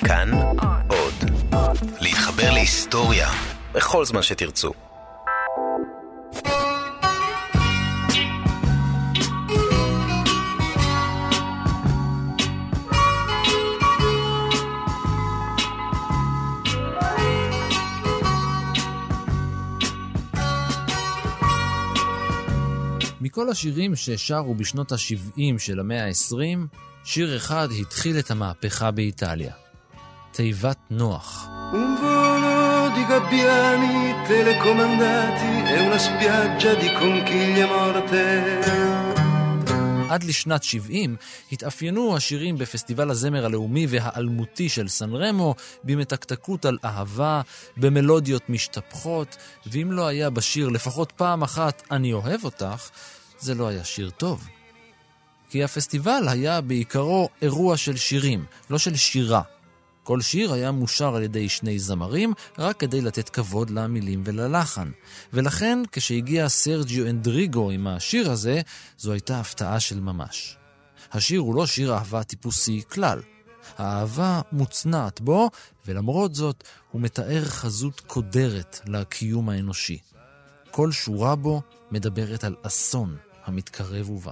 כאן עוד. להתחבר להיסטוריה בכל זמן שתרצו. מכל השירים ששרו בשנות ה-70 של המאה ה-20, שיר אחד התחיל את המהפכה באיטליה. תיבת נוח. Un volo di gabbiani telecomandati e una spiaggia di conchiglie morte. עד לשנת 70 התאפיינו השירים בפסטיבל הזמר הלאומי והאלמותי של סן רמו במתקתקות על אהבה, במלודיות משתפכות, ואם לא היה בשיר לפחות פעם אחת אני אוהב אותך, זה לא היה שיר טוב. כי הפסטיבל היה בעיקרו אירוע של שירים, לא של שירה. כל שיר היה מושר על ידי שני זמרים, רק כדי לתת כבוד למילים וללחן. ולכן, כשהגיע סרג'יו אנדריגו עם השיר הזה, זו הייתה הפתעה של ממש. השיר הוא לא שיר אהבה טיפוסי כלל. האהבה מוצנעת בו, ולמרות זאת, הוא מתאר חזות קודרת לקיום האנושי. כל שורה בו מדברת על אסון המתקרב ובא.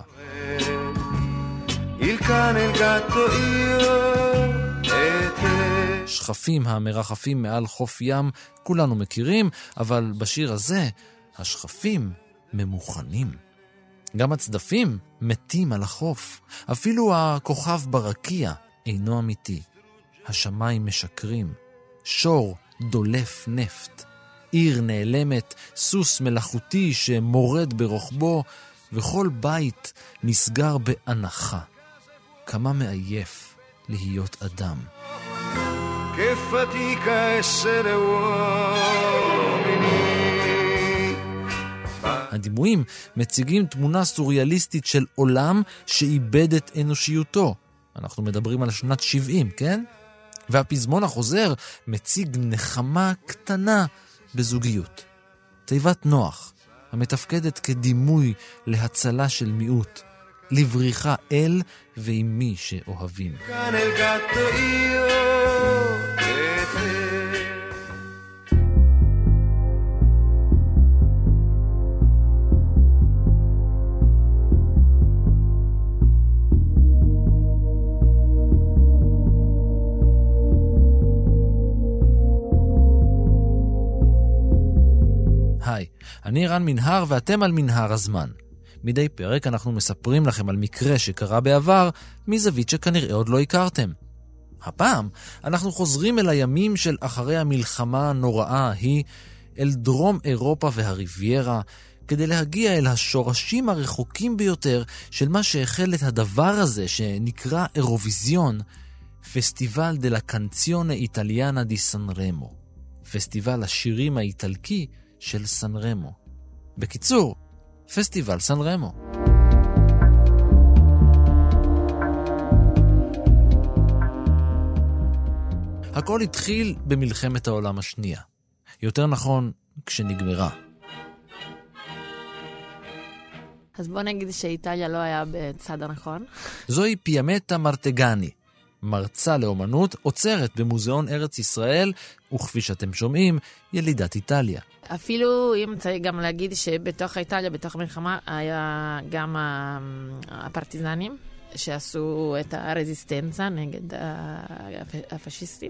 Il cane, il gatto, io e te. שכפים המרחפים מעל חוף ים כולנו מכירים, אבל בשיר הזה השכפים ממוכנים. גם הצדפים מתים על החוף. אפילו הכוכב ברקיע אינו אמיתי. השמיים משקרים. שור דולף נפט. עיר נעלמת, סוס מלאכותי שמורד ברוחבו, וכל בית נסגר בהנחה. כמה מעייף להיות אדם. Che fatica essere uomini. הדימויים מציגים תמונה סוריאליסטית של עולם שאיבד את אנושיותו. אנחנו מדברים על שנת 70, כן? והפזמון החוזר מציג נחמה קטנה בזוגיות. תיבת נוח, המתפקדת כדימוי להצלה של מיעוט, לבריחה אל ועם מי שאוהבים. Cane, il gatto, io e te. היי, אני רן מנהר ואתם על מנהר הזמן. מדי פרק אנחנו מספרים לכם על מקרה שקרה בעבר מזווית שכנראה עוד לא הכרתם. הפעם אנחנו חוזרים אל הימים של אחרי המלחמה הנוראה ההיא, אל דרום אירופה והריביירה, כדי להגיע אל השורשים הרחוקים ביותר של מה שהחל את הדבר הזה שנקרא אירוויזיון, פסטיבל דה לה קנציונה איטליאנה די סן רמו, פסטיבל השירים האיטלקי של סן רמו. בקיצור, פסטיבל סן רמו. הכל התחיל במלחמת העולם השנייה. יותר נכון, כשנגמרה. אז בוא נגיד שאיטליה לא היה בצד הנכון. זוהי פיאמטה מרטגני, מרצה לאומנות, עוצרת במוזיאון ארץ ישראל, וכפי שאתם שומעים, ילידת איטליה. אפילו אם צריך גם להגיד שבתוך איטליה, בתוך המלחמה, היה גם הפרטיזנים שעשו את הרזיסטנציה נגד הפשיסטים.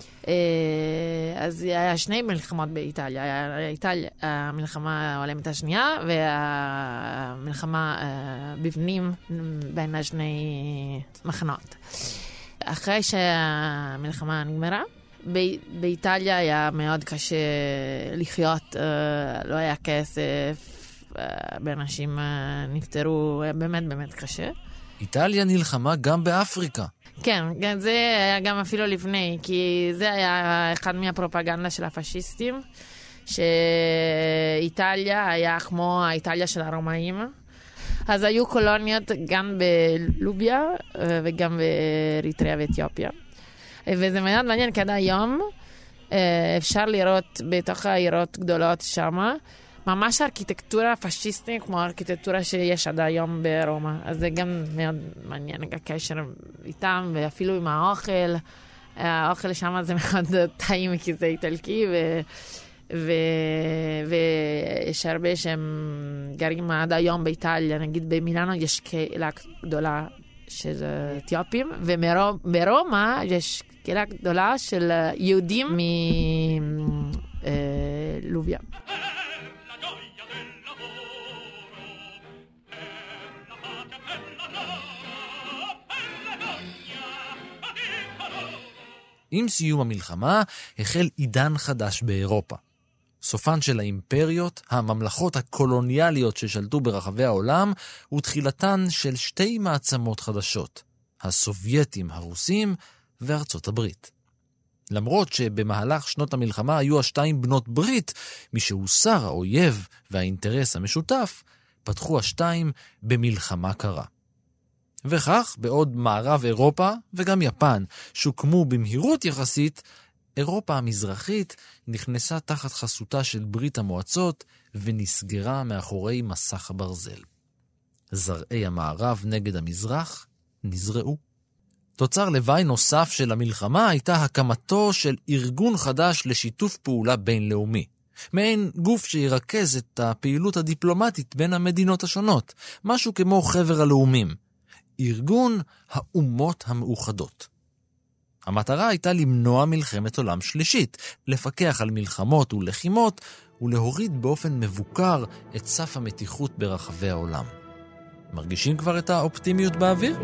אז היה שני מלחמות באיטליה. היה המלחמה העולמית השנייה והמלחמה בפנים בין השני מחנות. אחרי שהמלחמה נגמרה, באיטליה היה מאוד קשה לחיות, לא היה כסף, באנשים נפטרו, באמת קשה. איטליה נלחמה גם באפריקה. כן, זה היה גם אפילו לפני, כי זה היה אחד מהפרופגנדה של הפשיסטים, שאיטליה היה כמו האיטליה של הרומאים. אז היו קולוניות גם בלוביה וגם באריתריאה ואתיופיה. וזה מאוד מעניין, כי עד היום אפשר לראות בתוך העירות גדולות שמה, ממש ארכיטקטורה פשיסטית כמו הארכיטקטורה שיש עד היום ברומא. אז זה גם מאוד מעניין, הקשר איתם ואפילו עם האוכל. האוכל שם זה מאוד טעים, כי זה איטלקי, ויש הרבה שהם גרים עד היום באיטליה. נגיד במילאנו יש קהילה גדולה של אתיופים, וברומא יש קהילה גדולה של יהודים מלוביה. עם סיום המלחמה החל עידן חדש באירופה. סופן של האימפריות, הממלכות הקולוניאליות ששלטו ברחבי העולם, ותחילתן של שתי מעצמות חדשות, הסובייטים הרוסים וארצות הברית. למרות שבמהלך שנות המלחמה היו השתיים בנות ברית, משהוסר האויב והאינטרס המשותף, פתחו השתיים במלחמה קרה. וכך, בעוד מערב אירופה וגם יפן שוקמו במהירות יחסית, אירופה המזרחית נכנסה תחת חסותה של ברית המועצות ונסגרה מאחורי מסך הברזל. זרעי המערב נגד המזרח נזרעו. תוצר לוואי נוסף של המלחמה הייתה הקמתו של ארגון חדש לשיתוף פעולה בינלאומי. מעין גוף שירכז את הפעילות הדיפלומטית בין המדינות השונות, משהו כמו חבר הלאומים. ארגון האומות המאוחדות. המטרה הייתה למנוע מלחמת עולם שלישית, לפקח על מלחמות ולחימות, ולהוריד באופן מבוקר את סף המתיחות ברחבי העולם. מרגישים כבר את האופטימיות באוויר?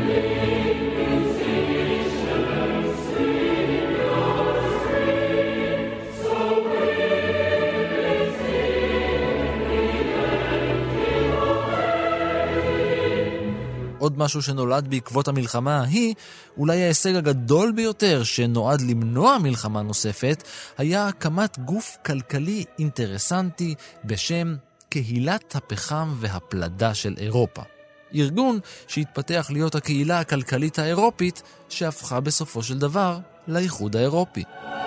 עוד משהו שנולד בעקבות המלחמה ההיא, אולי ההישג הגדול ביותר שנועד למנוע מלחמה נוספת, היה הקמת גוף כלכלי אינטרסנטי בשם קהילת הפחם והפלדה של אירופה. ארגון שהתפתח להיות הקהילה הכלכלית האירופית, שהפכה בסופו של דבר לאיחוד האירופי.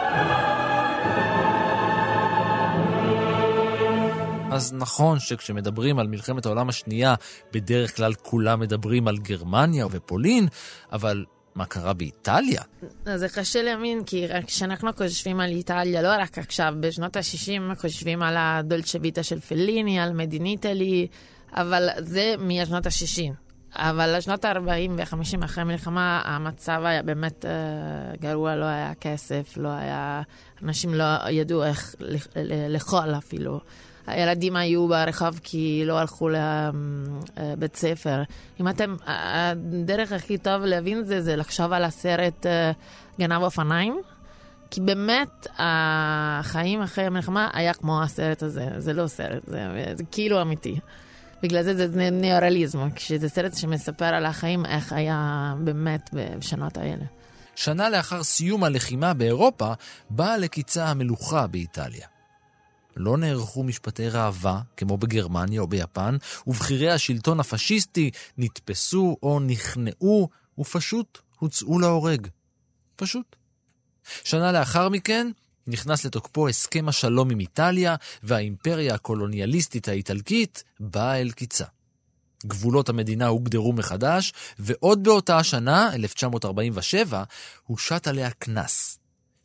אז נכון שכשמדברים על מלחמת העולם השנייה, בדרך כלל כולם מדברים על גרמניה ופולין, אבל מה קרה באיטליה? זה קשה להאמין, כי כשאנחנו חושבים על איטליה, לא רק עכשיו, בשנות ה-60 חושבים על הדולצ'ה ויטה של פליני, על מדיניטלי, אבל זה משנות ה-60. אבל לשנות ה-40 ו-50 אחרי המלחמה, המצב היה באמת גרוע, לא היה כסף, לא היה... אנשים לא ידעו איך לאכול אפילו. הילדים היו ברחוב כי לא הלכו לבית ספר. אם אתם, הדרך הכי טוב להבין זה לחשוב על הסרט גנב אופניים, כי באמת החיים אחרי המלחמה היה כמו הסרט הזה. זה לא סרט, זה כאילו אמיתי. בגלל זה ניאורליזם, כשזה סרט שמספר על החיים, איך היה באמת בשנות האלה. שנה לאחר סיום הלחימה באירופה, באה לקיצה המלוכה באיטליה. לא נערכו משפטי ראווה, כמו בגרמניה או ביפן, ובחירי השלטון הפשיסטי נתפסו או נכנעו, ופשוט הוצאו להורג. פשוט. שנה לאחר מכן, נכנס לתוקפו הסכם השלום עם איטליה, והאימפריה הקולוניאליסטית האיטלקית באה אל קיצה. גבולות המדינה הוגדרו מחדש, ועוד באותה השנה, 1947, הושת עליה כנס.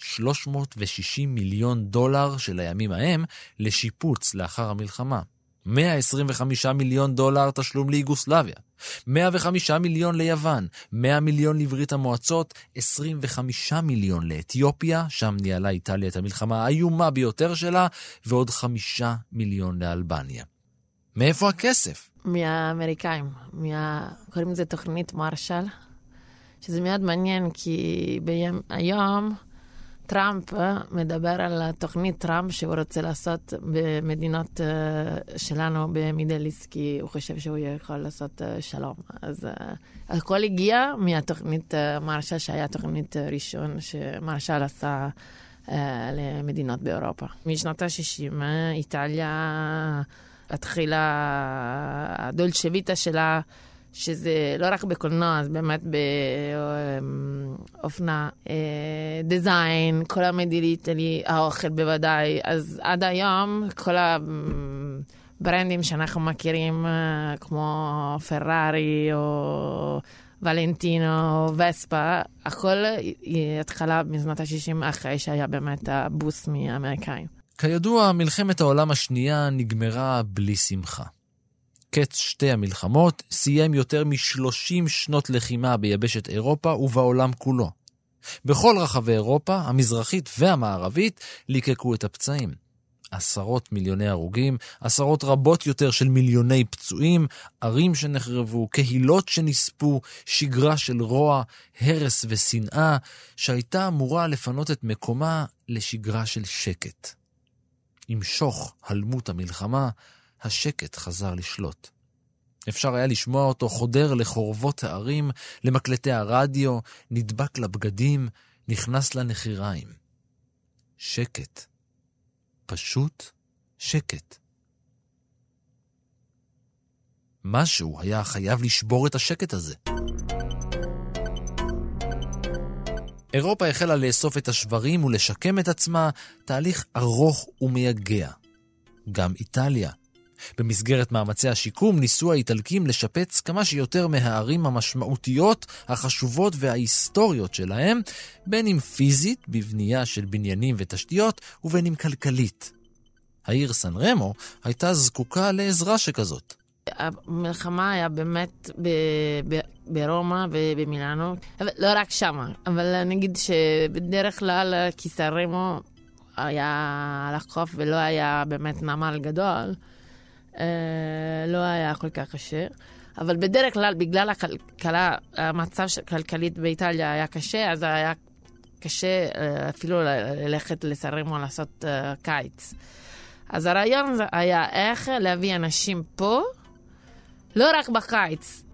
$360 מיליון של הימים ההם לשיפוץ לאחר המלחמה. $125 מיליון תשלום ליוגוסלביה. 105 מיליון ליוון, 100 מיליון לברית המועצות, 25 מיליון לאתיופיה, שם ניהלה איטליה את המלחמה האיומה ביותר שלה, ועוד 5 מיליון לאלבניה. מאיפה הכסף? מהאמריקאים. קוראים לזה תוכנית מרשל, שזה מאוד מעניין, כי היום טראמפ מדבר על תוכנית טראמפ שהוא רוצה לעשות במדינות שלנו במידל איסט, כי הוא חושב שהוא יכול לעשות שלום. אז הכל הגיע מהתוכנית מרשל, שהיה תוכנית ראשון שמרשל עשה למדינות באירופה. משנות ה-60 איטליה התחילה הדולצ'ה ויטה שלה, שזה לא רק בקולנוע, אז באמת באופנה, דיזיין, כל המדינית, האוכל בוודאי. אז עד היום, כל הברנדים שאנחנו מכירים, כמו פרארי או ולנטינו, וספה, הכל התחלה משנות ה-60 אחרי שהיה באמת הבוס מהאמריקאים. כידוע, מלחמת העולם השנייה נגמרה בלי שמחה. קץ שתי המלחמות סיים יותר מ-30 שנות לחימה ביבשת אירופה ובעולם כולו. בכל רחבי אירופה, המזרחית והמערבית, ליקקו את הפצעים. עשרות מיליוני הרוגים, עשרות רבות יותר של מיליוני פצועים, ערים שנחרבו, קהילות שנספו, שגרה של רוע, הרס ושנאה, שהייתה אמורה לפנות את מקומה לשגרה של שקט. עם שוך הלמות המלחמה, השקט חזר לשלוט. אפשר היה לשמוע אותו חודר לחורבות הערים, למקלטי הרדיו, נדבק לבגדים, נכנס לנחיריים. שקט. פשוט שקט. משהו היה חייב לשבור את השקט הזה. אירופה החלה לאסוף את השברים ולשקם את עצמה, תהליך ארוך ומייגע. גם איטליה. במסגרת מאמצי השיקום ניסו האיטלקים לשפץ כמה שיותר מהערים המשמעותיות, החשובות וההיסטוריות שלהם, בין אם פיזית, בבנייה של בניינים ותשתיות, ובין אם כלכלית. העיר סן רמו הייתה זקוקה לעזרה שכזאת. המלחמה היה באמת ברומא ובמילאנו, לא רק שם, אבל נגיד שבדרך כלל כי סן רמו היה על החוף ולא היה באמת נמל גדול, לא היה כל כך קשה. אבל בדרך כלל, בגלל המצב הכלכלית באיטליה היה קשה, אז היה קשה אפילו ללכת לסן רמו לעשות קיץ. אז הרעיון היה איך להביא אנשים פה, לא רק בקיץ.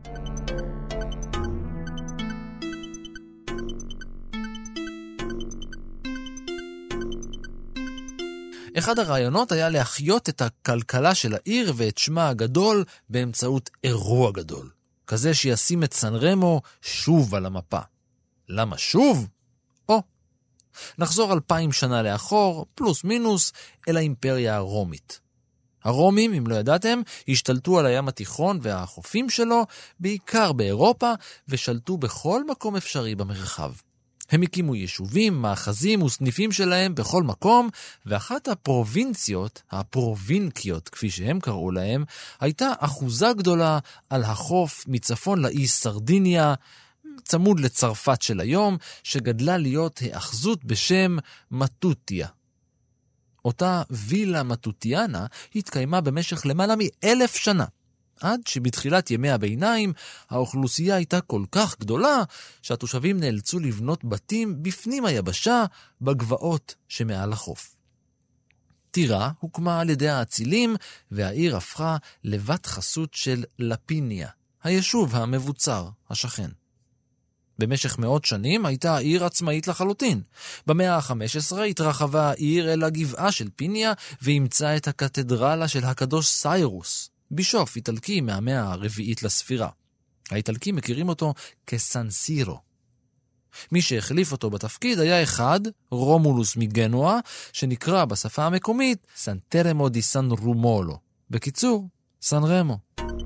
אחד הרעיונות היה להחיות את הכלכלה של העיר ואת שמה הגדול באמצעות אירוע גדול. כזה שישים את סן רמו שוב על המפה. למה שוב? נחזור 2000 שנה לאחור, פלוס מינוס, אל האימפריה הרומית. הרומים, אם לא ידעתם, השתלטו על הים התיכון והחופים שלו, בעיקר באירופה, ושלטו בכל מקום אפשרי במרחב. הם הקימו יישובים, מאחזים וסניפים שלהם בכל מקום, ואחת הפרובינציות, הפרובינקיות כפי שהם קראו להם, הייתה אחוזה גדולה על החוף מצפון לאי סרדיניה, צמוד לצרפת של היום, שגדלה להיות האחזות בשם מטוטיה. אותה וילה מטוטיאנה התקיימה במשך למעלה מ1000 שנה, עד שבתחילת ימי הביניים האוכלוסייה הייתה כל כך גדולה שהתושבים נאלצו לבנות בתים בפנים היבשה בגבעות שמעל החוף. טירה הוקמה על ידי האצילים והעיר הפכה לבת חסות של לפיניה, היישוב המבוצר, השכן. במשך מאות שנים הייתה העיר עצמאית לחלוטין. במאה ה-15 התרחבה העיר אל הגבעה של פיניה ואימצה את הקתדרלה של הקדוש סיירוס, בישוף איטלקי מהמאה הרביעית לספירה. האיטלקים מכירים אותו כסן סירו. מי שהחליף אותו בתפקיד היה אחד, רומולוס מגנואה, שנקרא בשפה המקומית סן טרמו די סן רומולו. בקיצור, סן רמו.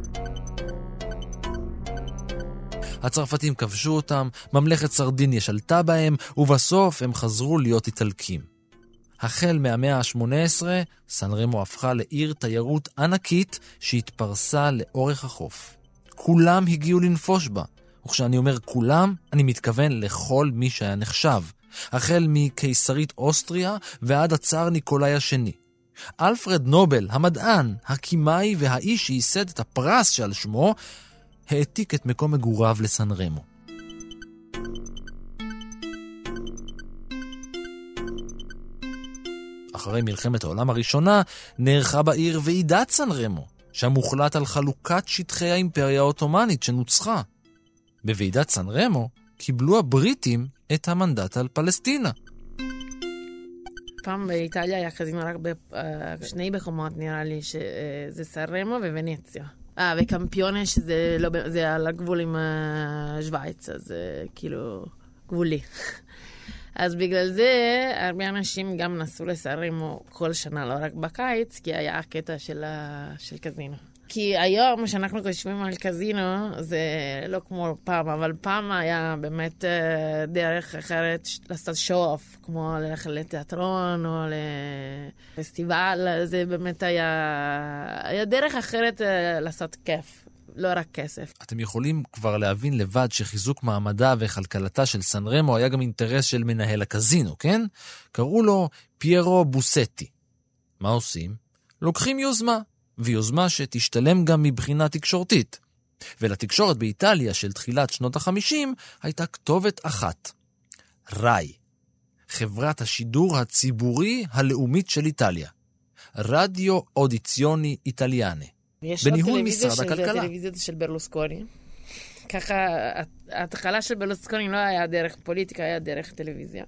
הצרפתים כבשו אותם, ממלכת סרדיניה שלטה בהם, ובסוף הם חזרו להיות איטלקים. החל מהמאה ה-18, סן רמו הפכה לעיר תיירות ענקית שהתפרסה לאורך החוף. כולם הגיעו לנפוש בה, וכשאני אומר כולם, אני מתכוון לכל מי שהיה נחשב. החל מקיסרית אוסטריה ועד הצאר ניקולאי השני. אלפרד נובל, המדען, הקימאי והאיש שייסד את הפרס שעל שמו, העתיק את מקום מגוריו לסן רמו. אחרי מלחמת העולם הראשונה נערכה בעיר ועידת סן רמו, שם הוחלט על חלוקת שטחי האימפריה האוטומנית שנוצחה. בוועידת סן רמו קיבלו הבריטים את המנדט על פלסטינה. פעם באיטליה היה קזינו רק בשני מקומות נראה לי, שזה סן רמו וונציה. וקמפיונה שזה על הגבול עם שוויץ, אז זה כאילו גבולי. אז בגלל זה הרבה אנשים גם נסעו לסן רמו כל שנה, לא רק בקיץ, כי היה הקטע של קזינו. כי היום, כשאנחנו חושבים על קזינו, זה לא כמו פעם, אבל פעם היה באמת דרך אחרת לעשות שואף, כמו ללכת לתיאטרון או לפסטיבל, זה באמת היה דרך אחרת לעשות כיף, לא רק כסף. אתם יכולים כבר להבין לבד שחיזוק מעמדה וכלכלתה של סן רמו היה גם אינטרס של מנהל הקזינו, כן? קראו לו פיירו בוסטי. מה עושים? לוקחים יוזמה. ויוזמה שתשתלם גם מבחינה תקשורתית. ולתקשורת באיטליה של תחילת שנות ה-50 הייתה כתובת אחת. ראי. חברת השידור הציבורי הלאומית של איטליה. רדיו אודיציוני איטליאנה. בניהול משרד הכלכלה. יש טלוויזיה של ברלוסקוני. ככה, ההתחלה של ברלוסקוני לא היה דרך פוליטיקה, היה דרך טלוויזיה.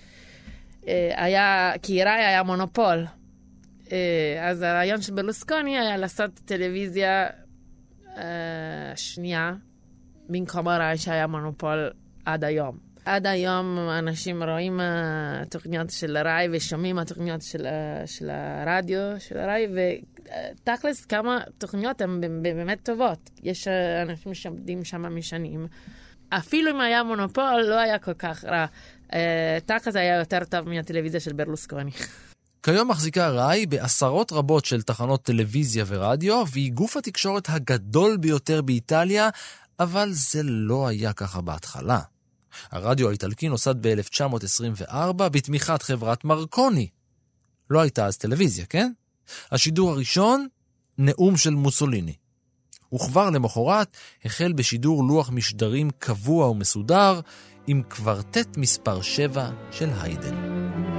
כי ראי היה מונופול. אז הרעיון של ברלוסקוני היה לעשות טלוויזיה שנייה, במקום הראי שהיה מונופול עד היום. עד היום אנשים רואים התוכניות של הראי ושומעים התוכניות של הרדיו של הראי, ותכלס כמה תוכניות הן באמת טובות. יש אנשים שעובדים שם משנים. אפילו אם היה מונופול לא היה כל כך רע. תכלס היה יותר טוב מהטלוויזיה של ברלוסקוני. כיום מחזיקה ראי בעשרות רבות של תחנות טלוויזיה ורדיו, והיא גוף התקשורת הגדול ביותר באיטליה, אבל זה לא היה ככה בהתחלה. הרדיו האיטלקי נוסד ב-1924 בתמיכת חברת מרקוני. לא הייתה אז טלוויזיה, כן? השידור הראשון, נאום של מוסוליני. וכבר למחרת החל בשידור לוח משדרים קבוע ומסודר, עם קוורטט מספר 7 של היידן.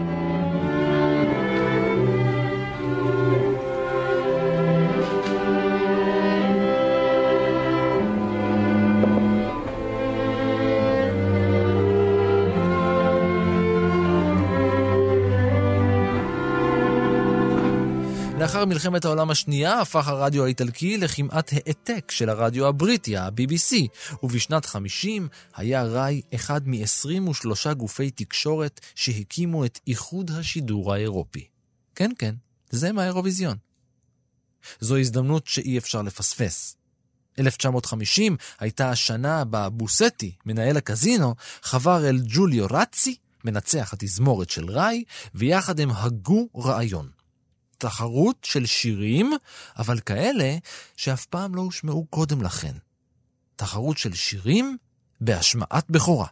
לאחר מלחמת העולם השנייה הפך הרדיו האיטלקי לכמעט העתק של הרדיו הבריטי, ה-BBC, ובשנת 50 היה ראי אחד מ-23 גופי תקשורת שהקימו את איחוד השידור האירופי. כן, כן, זה מהאירוויזיון. זו הזדמנות שאי אפשר לפספס. 1950 הייתה השנה בה בוסטי, מנהל הקזינו, חבר אל ג'וליו רצי, מנצח התזמורת של ראי, ויחד הם הגו רעיון. תחרות של שירים, אבל כאלה שאף פעם לא הושמעו קודם לכן. תחרות של שירים בהשמעת בכורה.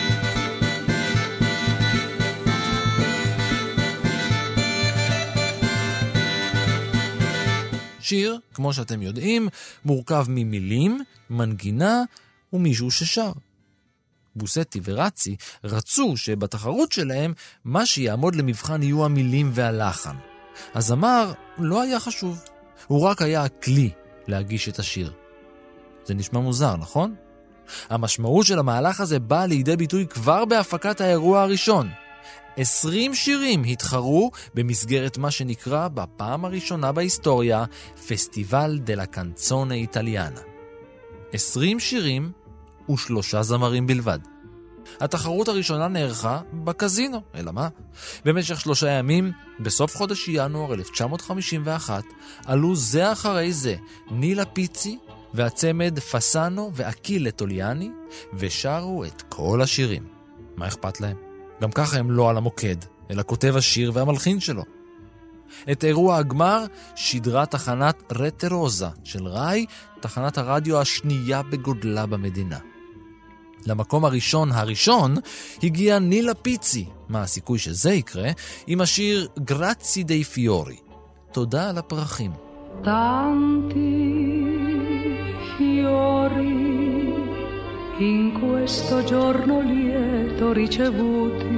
שיר, כמו שאתם יודעים, מורכב ממילים, מנגינה ומישהו ששר. בוסטי ורצי רצו שבתחרות שלהם מה שיעמוד למבחן יהיו המילים והלחן. הזמר לא היה חשוב, הוא רק היה הכלי להגיש את השיר. זה נשמע מוזר, נכון? המשמעות של המהלך הזה באה לידי ביטוי כבר בהפקת האירוע הראשון. 20 שירים התחרו במסגרת מה שנקרא בפעם הראשונה בהיסטוריה פסטיבל דלה קנצונה איטליאנה. 20 שירים ו3 זמרים בלבד. התחרות הראשונה נערכה בקזינו, אלא מה? במשך 3 ימים, בסוף חודש ינואר 1951, עלו זה אחרי זה נילה פיצי והצמד פסאנו ואקילה טוליאני, ושרו את כל השירים. מה אכפת להם? גם ככה הם לא על המוקד, אלא כותב השיר והמלחין שלו. את אירוע הגמר שידרה תחנת רטה רוזה של ראי, תחנת הרדיו השנייה בגודלה במדינה. למקום הראשון הגיע נילה פיצי, מה הסיכוי שזה יקרה, עם השיר גרצי די פיורי, תודה על הפרחים. Tanti fiori in questo giorno lieto ricevuti,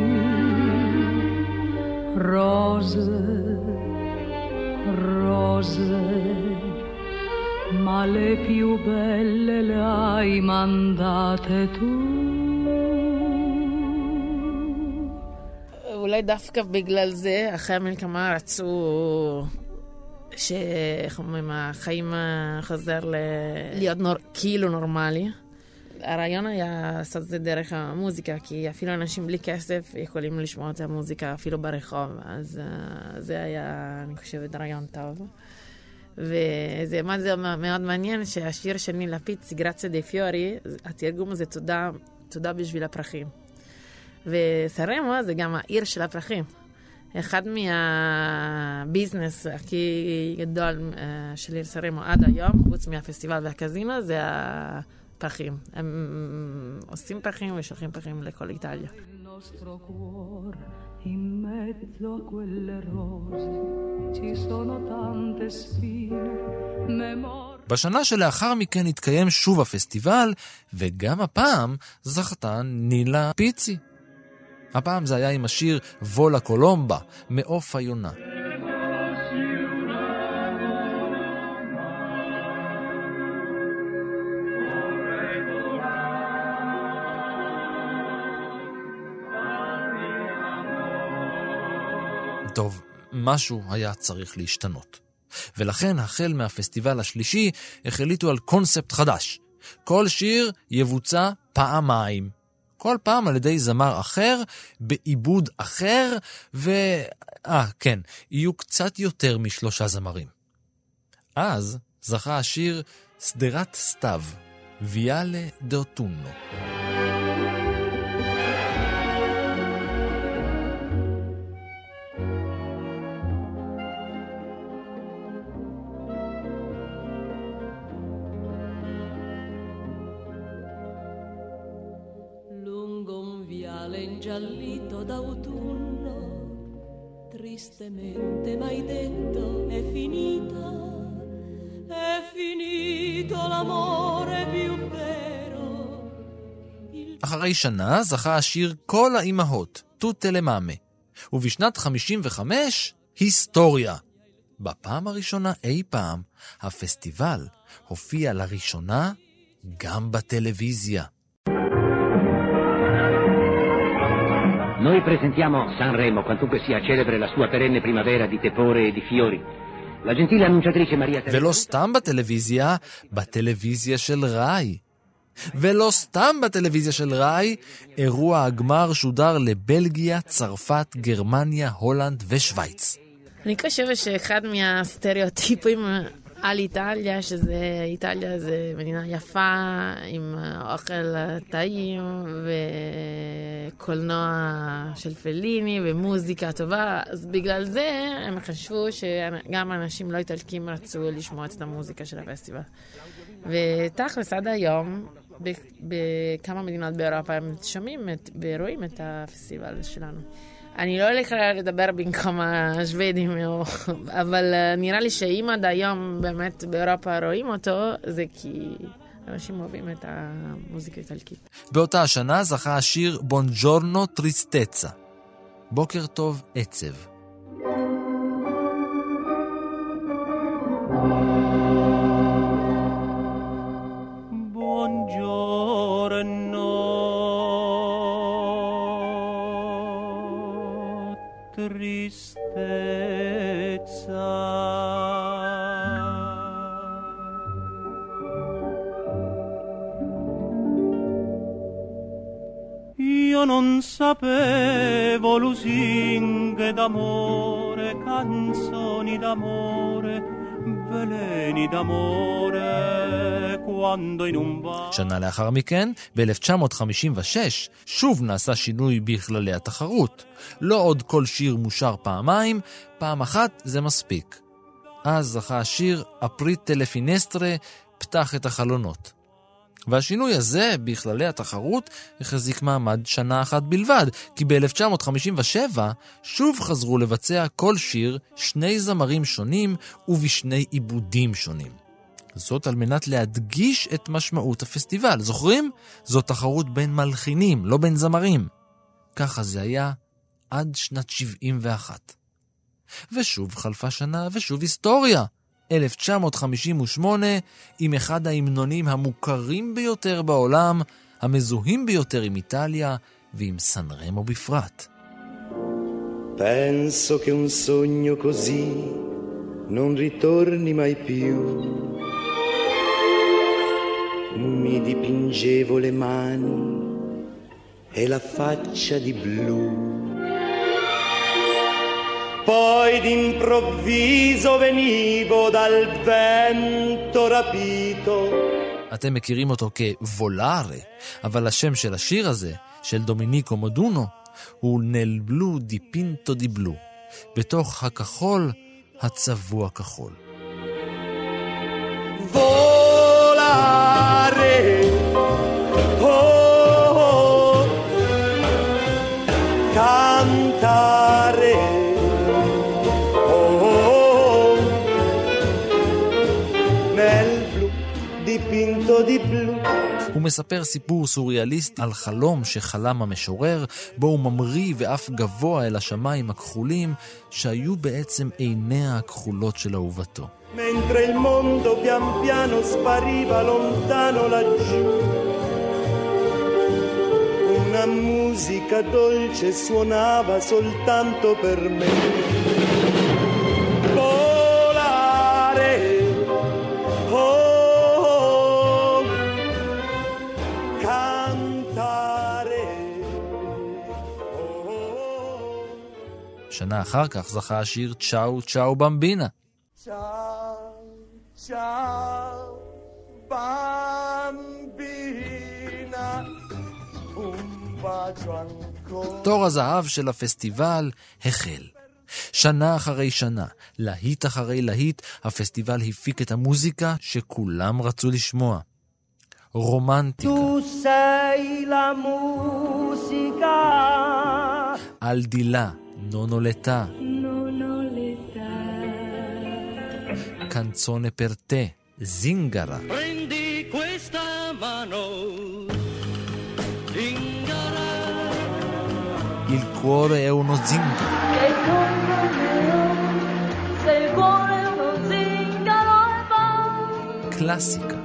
rose, rose, ma le più belle le hai mandate tu. אולי דווקא בגלל זה, אחרי המלחמה רצו החיים חוזר להיות כאילו נורמלי. הרעיון היה לעשות זה דרך המוזיקה, כי אפילו אנשים בלי כסף יכולים לשמוע את המוזיקה אפילו ברחוב, אז זה היה, אני חושבת, רעיון טוב. וזה מאוד מעניין שהשיר של נילה פיץ, גרציה די פיורי, התרגום הזה תודה בשביל הפרחים. וסנרמו זה גם העיר של הפרחים. אחד מהביזנס הכי גדול של עיר סנרמו עד היום, חוץ מהפסטיבל והקזינו, זה הפרחים. הם עושים פרחים ושולחים פרחים לכל איטליה. In mezzo a quelle rose ci sono tante spine. בשנה שלאחר מכן התקיים שוב הפסטיבל, וגם הפעם זכתה נילה פיצי. הפעם זה היה עם השיר וולה קולומבה, מעוף היונה. טוב, משהו היה צריך להשתנות. ולכן, החל מהפסטיבל השלישי, החליטו על קונספט חדש. כל שיר יבוצע פעמיים. כל פעם על ידי זמר אחר, בעיבוד אחר, כן, יהיו קצת יותר מ3 זמרים. אז זכה השיר סדרת סתיו, ויאלה דאוטונו. Giallito d'autunno, tristemente m'hai detto è finito l'amore più vero. אחרי שנה זכה השיר כל האימהות, טוטה למאמה, ובשנת 55 היסטוריה. בפעם הראשונה אי פעם הפסטיבל הופיע לראשונה גם בטלוויזיה. Noi presentiamo Sanremo, quantunque sia celebre la sua perenne primavera di tepore e di fiori. La gentile annunciatrice Maria Teresa... ולא סתם בטלוויזיה, בטלוויזיה של ראי. ולא סתם בטלוויזיה של ראי, אירוע הגמר שודר לבלגיה, צרפת, גרמניה, הולנד ושוויץ. אני חושבת שאחד מהסטריאוטיפים על איטליה, שזה איטליה זה מדינה יפה, עם אוכל טעים וקולנוע של פליני ומוזיקה טובה, אז בגלל זה הם חשבו שגם אנשים לא איטלקים רצו לשמוע את המוזיקה של הפסטיבל. ותכלס עד היום, בכמה מדינות באירופה הם שומעים ורואים את הפסטיבל שלנו. אני לא הולכת לדבר במקום השוודים, אבל נראה לי שאם עד היום באמת באירופה רואים אותו, זה כי אנשים אוהבים את המוזיקה האיטלקית. באותה השנה זכה השיר בונג'ורנו טריסטצה, בוקר טוב עצב. Tristezza io non sapevo lusinghe d'amore, canzoni d'amore, veleni d'amore quando in un bar. שנה לאחר מכן, ב-1956, שוב נעשה שינוי בכללי התחרות. לא עוד כל שיר מושר פעמיים, פעם אחת זה מספיק. אז זכה השיר אפריט טלפינסטרה, פתח את החלונות. והשינוי הזה בכללי התחרות החזיק מעמד שנה אחת בלבד, כי ב-1957 שוב חזרו לבצע כל שיר 2 זמרים שונים ובשני עיבודים שונים. זאת על מנת להדגיש את משמעות הפסטיבל. זוכרים? זו תחרות בין מלחינים, לא בין זמרים. ככה זה היה עד שנת 71. ושוב חלפה שנה ושוב היסטוריה. 1958 עם אחד ההמנונים המוכרים ביותר בעולם, המזוהים ביותר עם איטליה ועם סנרמו בפרט. Penso che un sogno così non ritorni mai più. Mi dipingevo le mani e la faccia di blu. Poi d'improvviso venivo dal vento rapito. אתם מכירים אותו כוולארה, אבל השם של השיר הזה, של דומיניקו מודונו, הוא נל בלו די פינטו די בלו, בתוך הכחול הצבוע כחול. Volare, oh, cantare, oh, nel blu dipinto di blu. הוא מספר סיפור סוריאליסט על חלום שחלם המשורר, בו הוא ממריא ואף גבוה אל השמיים הכחולים, שהיו בעצם עיניה הכחולות של אהובתו. Mentre il mondo pian piano spariva lontano laggiù, una musica dolce suonava soltanto per me. Volare, oh, cantare, oh. שנה אחר כך זכה השיר צ'או צ'או במבינה. Ciao, ciao, bambina, un bacio ancora. תור הזהב של הפסטיבל החל. שנה אחרי שנה, להיט אחרי להיט, הפסטיבל הפיק את המוזיקה שכולם רצו לשמוע. רומנטיקה. Tu sei la musica. אלדילה, נונולטה. canzone per te, zingara. Prendi questa mano, zingara. Il cuore è uno zingaro. Se il cuore è uno zingaro e va. קלאסיקה.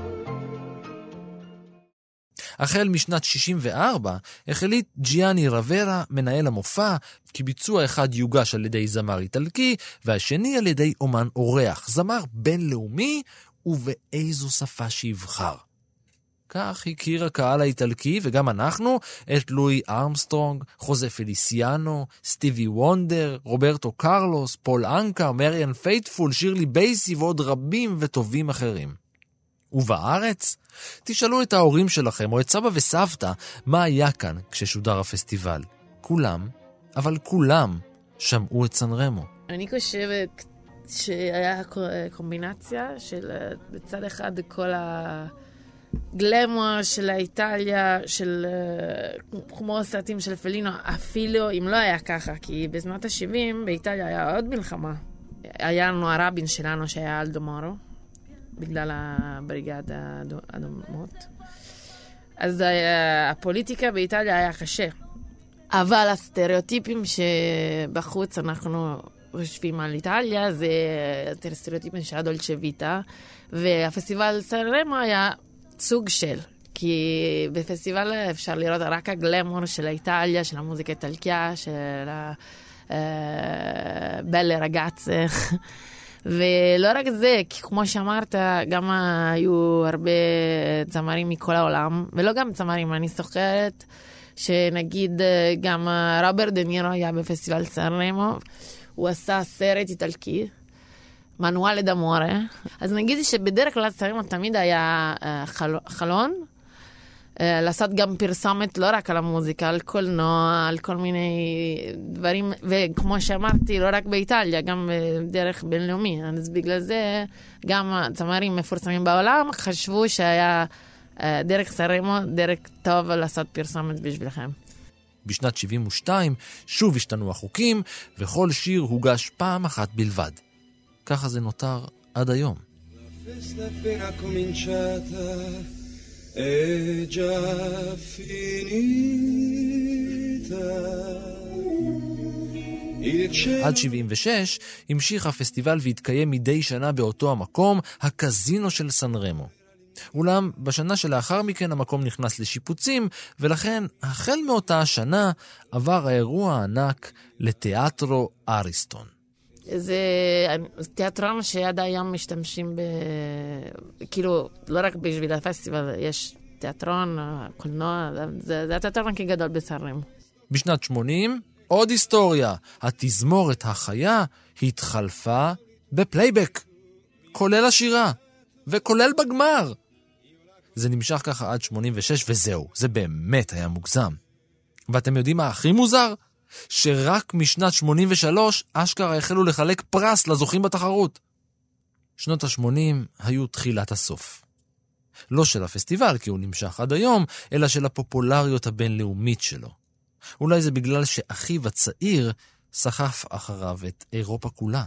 החל משנת 64 החליט ג'יאני רוורה, מנהל המופע, כי ביצוע אחד יוגש על ידי זמר איטלקי והשני על ידי אומן אורח, זמר בינלאומי ובאיזו שפה שיבחר. כך הכיר הקהל האיטלקי וגם אנחנו את לואי ארמסטרונג, חוזה פליסיאנו, סטיבי וונדר, רוברטו קרלוס, פול אנקה, מריאן פייטפול, שירלי בייסי ועוד רבים וטובים אחרים. ובארץ, תשאלו את ההורים שלכם או את סבא וסבתא מה היה כאן כששודר הפסטיבל. כולם, אבל כולם, שמעו את סנרמו. אני חושבת שהיה קומבינציה של בצד אחד כל הגלמור של האיטליה, של כמו סרטים של פלינו, אפילו אם לא היה ככה, כי בשנות ה-70 באיטליה היה עוד מלחמה. היה לנו הרבין שלנו שהיה אלדו מורו, בגלל הבריגד האדומות. אז הפוליטיקה באיטליה היה קשה. אבל הסטריאוטיפים שבחוץ אנחנו חושבים על איטליה, זה סטריאוטיפים של דולצ'ה ויטה, והפסטיבל סנרמו היה סוג של, כי בפסטיבל אפשר לראות רק הגלמור של איטליה, של המוזיקה איטלקיה, של בלה רגאצה. ולא רק זה, כי כמו שאמרת, גם היו הרבה זמרים מכל העולם, ולא גם זמרים, אני זוכרת שנגיד גם רוברט דה נירו היה בפסטיבל סנרמו, הוא עשה סרט איטלקי, מנואל ד'אמורה, אז נגיד שבדרך כלל סנרמו תמיד היה חלון, לעשות גם פרסומת לא רק על המוזיקה, על קולנוע, על כל מיני דברים, וכמו שאמרתי, לא רק באיטליה, גם דרך בינלאומי. אז בגלל זה גם זמרים מפורסמים בעולם חשבו שהיה דרך סנרמו, דרך טוב לעשות פרסומת בשבילכם. בשנת 72 שוב השתנו החוקים, וכל שיר הוגש פעם אחת בלבד. ככה זה נותר עד היום. È già finita. עד 76 המשיך הפסטיבל והתקיים מדי שנה באותו המקום, הקזינו של סנרמו. אולם בשנה שלאחר מכן המקום נכנס לשיפוצים, ולכן החל מאותה השנה עבר האירוע הענק לתיאטרו אריסטון. זה תיאטרון שעד היום משתמשים כאילו, לא רק בשביל הפסטיבל, יש תיאטרון, קולנוע, זה התיאטרון הכי גדול בסנרמו. בשנת 80 עוד היסטוריה. התזמורת החיה התחלפה בפלייבק, כולל השירה, וכולל בגמר. זה נמשך ככה עד 86 וזהו, זה באמת היה מוגזם. ואתם יודעים מה הכי מוזר? שרק משנת 83 אשכרה החלו לחלק פרס לזוכים בתחרות. שנות ה-80 היו תחילת הסוף. לא של הפסטיבל, כי הוא נמשך עד היום, אלא של הפופולריות הבינלאומית שלו. אולי זה בגלל שאחיו הצעיר סחף אחריו את אירופה כולה.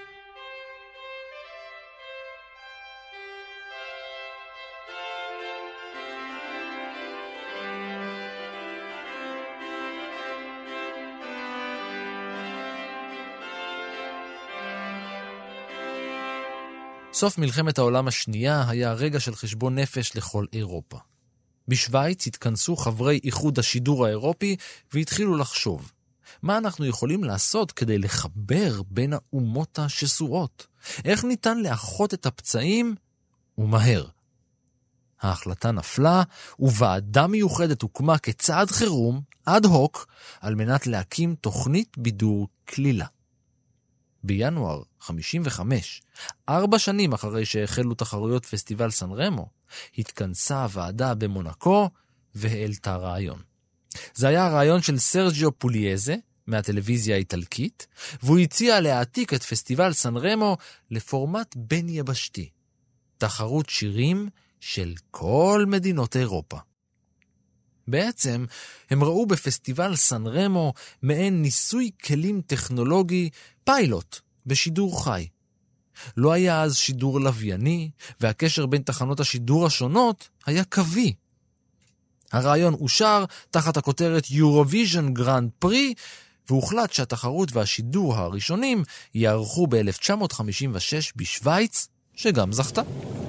סוף מלחמת העולם השנייה היה רגע של חשבון נפש לכל אירופה. בשוויץ התכנסו חברי איחוד השידור האירופי והתחילו לחשוב, מה אנחנו יכולים לעשות כדי לחבר בין האומות השסועות? איך ניתן לאחות את הפצעים? ומהר. ההחלטה נפלה, וועדה מיוחדת הוקמה כצעד חירום, אד הוק, על מנת להקים תוכנית בידור כלילה. בינואר 55, 4 שנים אחרי שהחלו תחרויות פסטיבל סן רמו, התכנסה הוועדה במונקו והעלתה רעיון. זה היה הרעיון של סרג'יו פוליאזה מהטלוויזיה האיטלקית, והוא הציע להעתיק את פסטיבל סן רמו לפורמט בין יבשתי. תחרות שירים של כל מדינות אירופה. בעצם הם ראו בפסטיבל סן רמו מעין ניסוי כלים טכנולוגי, פיילוט, בשידור חי. לא היה אז שידור לווייני, והקשר בין תחנות השידור השונות היה קווי. הרעיון אושר תחת הכותרת Eurovision Grand Prix, והוחלט שהתחרות והשידור הראשונים יערכו ב-1956 בשוויץ, שגם זכתה.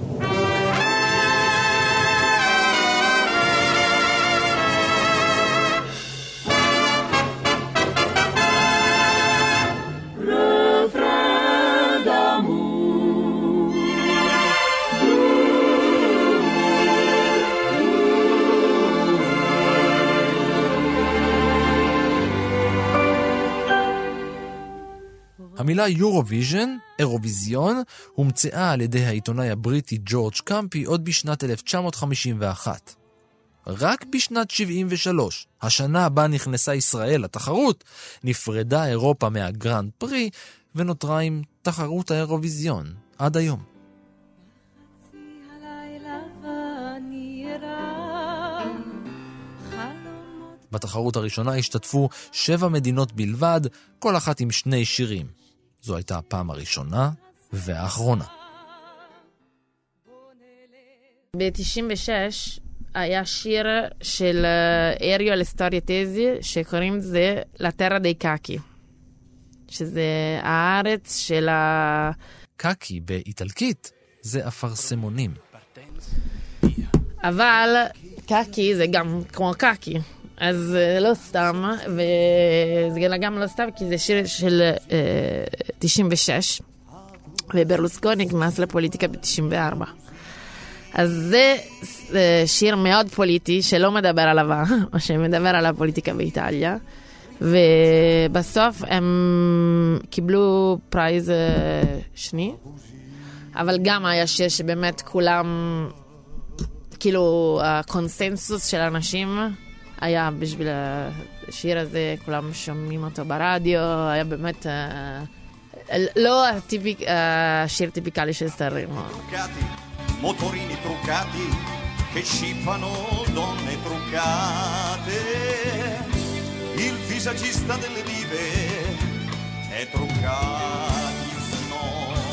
המילה יורוויז'ן, אירוויזיון, הומצאה על ידי העיתונאי הבריטי ג'ורג' קמפי עוד בשנת 1951. רק בשנת 73, השנה הבאה נכנסה ישראל לתחרות, נפרדה אירופה מהגרנד פרי ונותרה עם תחרות האירוויזיון עד היום. בתחרות הראשונה השתתפו 7 מדינות בלבד, כל אחת עם 2 שירים. זו הייתה הפעם הראשונה והאחרונה. ב-96 היה שיר של אריו לסטוריה טזי, שקוראים לזה לטרה די קאקי, שזה הארץ של קאקי באיטלקית זה אפרסמונים. אבל קאקי זה גם כמו קאקי. אז לא סתם, וזה גם לא סתם, כי זה שיר של 96, וברלוסקוני נכנס לפוליטיקה ב-94. אז זה שיר מאוד פוליטי, שלא מדבר על עבר, או שמדבר על הפוליטיקה באיטליה, ובסוף הם קיבלו פרייז שני, אבל גם היה שיר שבאמת כולם, כאילו הקונסנסוס של אנשים, היה בשביל השיר הזה, כולם שומעים אותו ברדיו, היה באמת לא השיר טיפיקלי של סן רמו. Motorini truccati che scippano donne truccate, il visagista delle dive è truccatissimo.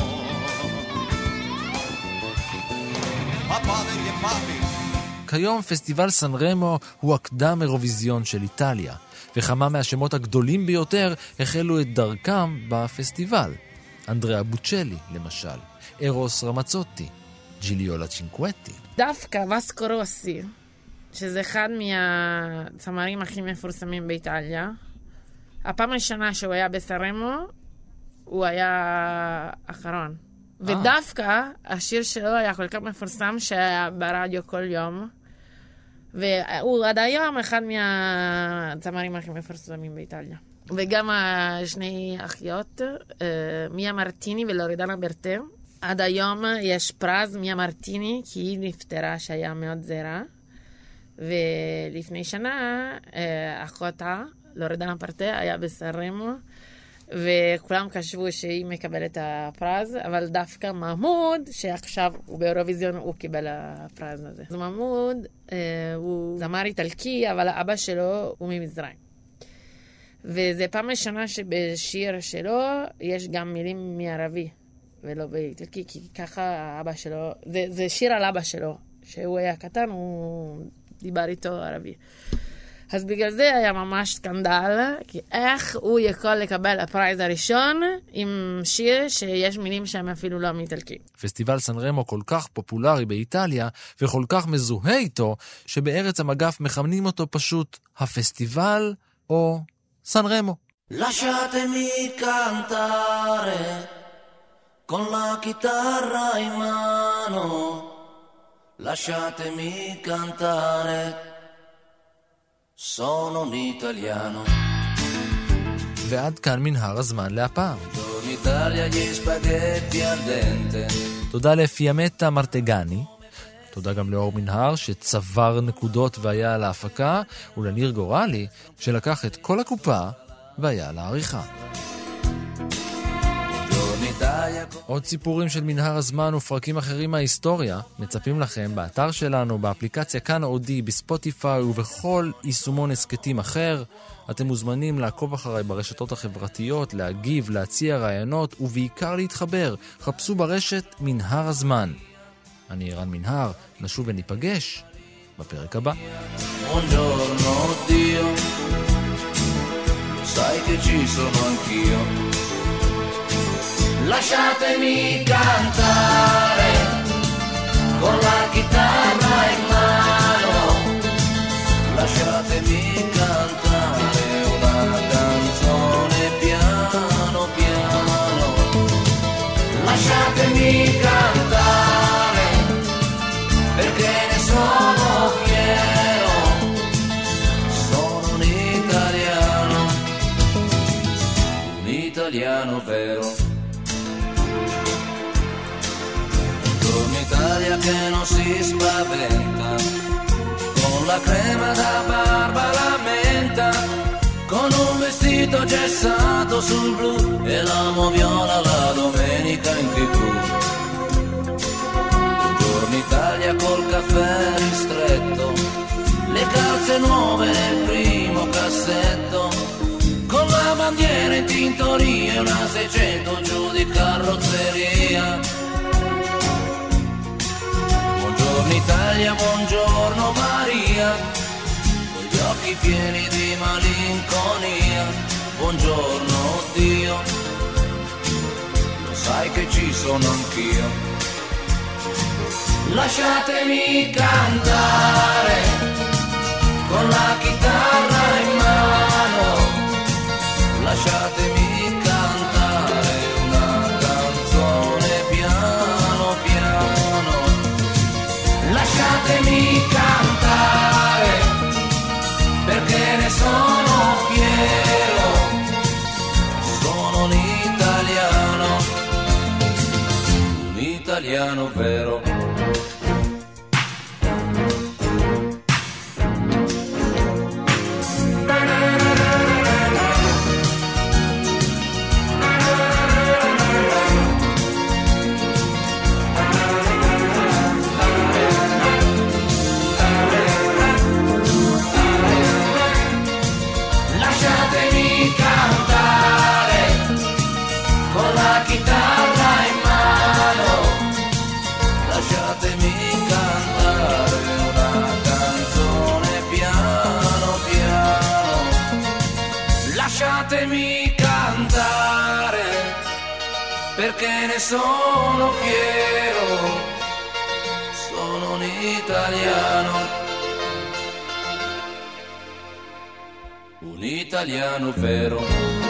Papà degli papi. כיום פסטיבל סן רמו הוא הקדם אירוויזיון של איטליה, וכמה מהשמות הגדולים ביותר החלו את דרכם בפסטיבל. אנדריאה בוצ'לי, למשל, ארוס רמצוטי, ג'יליולה צ'ינקווטי. דווקא וסקו רוסי, שזה אחד מהצמרים הכי מפורסמים באיטליה, הפעם הראשונה שהוא היה בסן רמו, הוא היה אחרון. ודווקא השיר שלו היה כל כך מפורסם שהיה ברדיו כל יום, והוא עד היום אחד מהצמרים הכי מפורסמים באיטליה. וגם שני אחיות, מיה מרטיני ולורידנה ברטה. עד היום יש פרס מיה מרטיני, כי היא נפטרה שהיה מאוד זרה. ולפני שנה, אחותה, לורידנה ברטה, היה בסנרמו, וכולם חשבו שהיא מקבלת את הפרס, אבל דווקא מחמוד, שעכשיו הוא באירוויזיון, הוא קיבל הפרס הזה. אז מחמוד הוא זמר איטלקי, אבל האבא שלו הוא ממצרים. וזה פעם ראשונה שבשיר שלו יש גם מילים מערבי, ולא באיטלקי, כי ככה האבא שלו, זה שיר על אבא שלו, שהוא היה קטן, הוא דיבר איתו ערבי. אז בגלל זה היה ממש סקנדל, כי איך הוא יכול לקבל הפרייז הראשון עם שיר שיש מילים שהם אפילו לא מאיטלקי. פסטיבל סנרמו כל כך פופולרי באיטליה, וכל כך מזוהה איתו, שבארץ המגף מכנים אותו פשוט הפסטיבל או סנרמו. Lasciatemi cantare con la chitarra in mano, lasciatemi cantare, sono un italiano. ועד כאן מנהר הזמן להפעם. תודה לפיאמטה מרטגני, תודה גם לאור מנהר שצבר נקודות והיה על ההפקה, ולניר גורלי שלקח את כל הקופה והיה על העריכה. עוד סיפורים של מנהר הזמן ופרקים אחרים מההיסטוריה מצפים לכם באתר שלנו, באפליקציה כאן אודי, בספוטיפיי ובכל יישומון הסקטים אחר. אתם מוזמנים לעקוב אחריי ברשתות החברתיות, להגיב, להציע רעיונות ובעיקר להתחבר. חפשו ברשת מנהר הזמן. אני ערן מנהר, נשוב וניפגש בפרק הבא. Buongiorno Dio, sai che ci sono anch'io. Lasciatemi cantare con la chitarra in mano, lasciatemi cantare una canzone piano piano, lasciatemi cantare perché ne sono fiero, sono un italiano vero. Italia che non si spaventa, con la crema da barba la menta, con un vestito gessato sul blu e l'amo viola la domenica in TV. Buongiorno Italia col caffè ristretto, le calze nuove nel primo cassetto, con la bandiera in tintoria e una 600 giù di carrozzeria. Buongiorno Italia, buongiorno Maria, con gli occhi pieni di malinconia. Buongiorno Dio, lo sai che ci sono anch'io. Lasciatemi cantare con la chitarra in mano, lasciatemi cantare una canzone piano piano. Lasciatemi cantare perché ne sono fiero, sono un italiano vero. Lasciatemi cantare perché ne sono fiero, sono un italiano vero.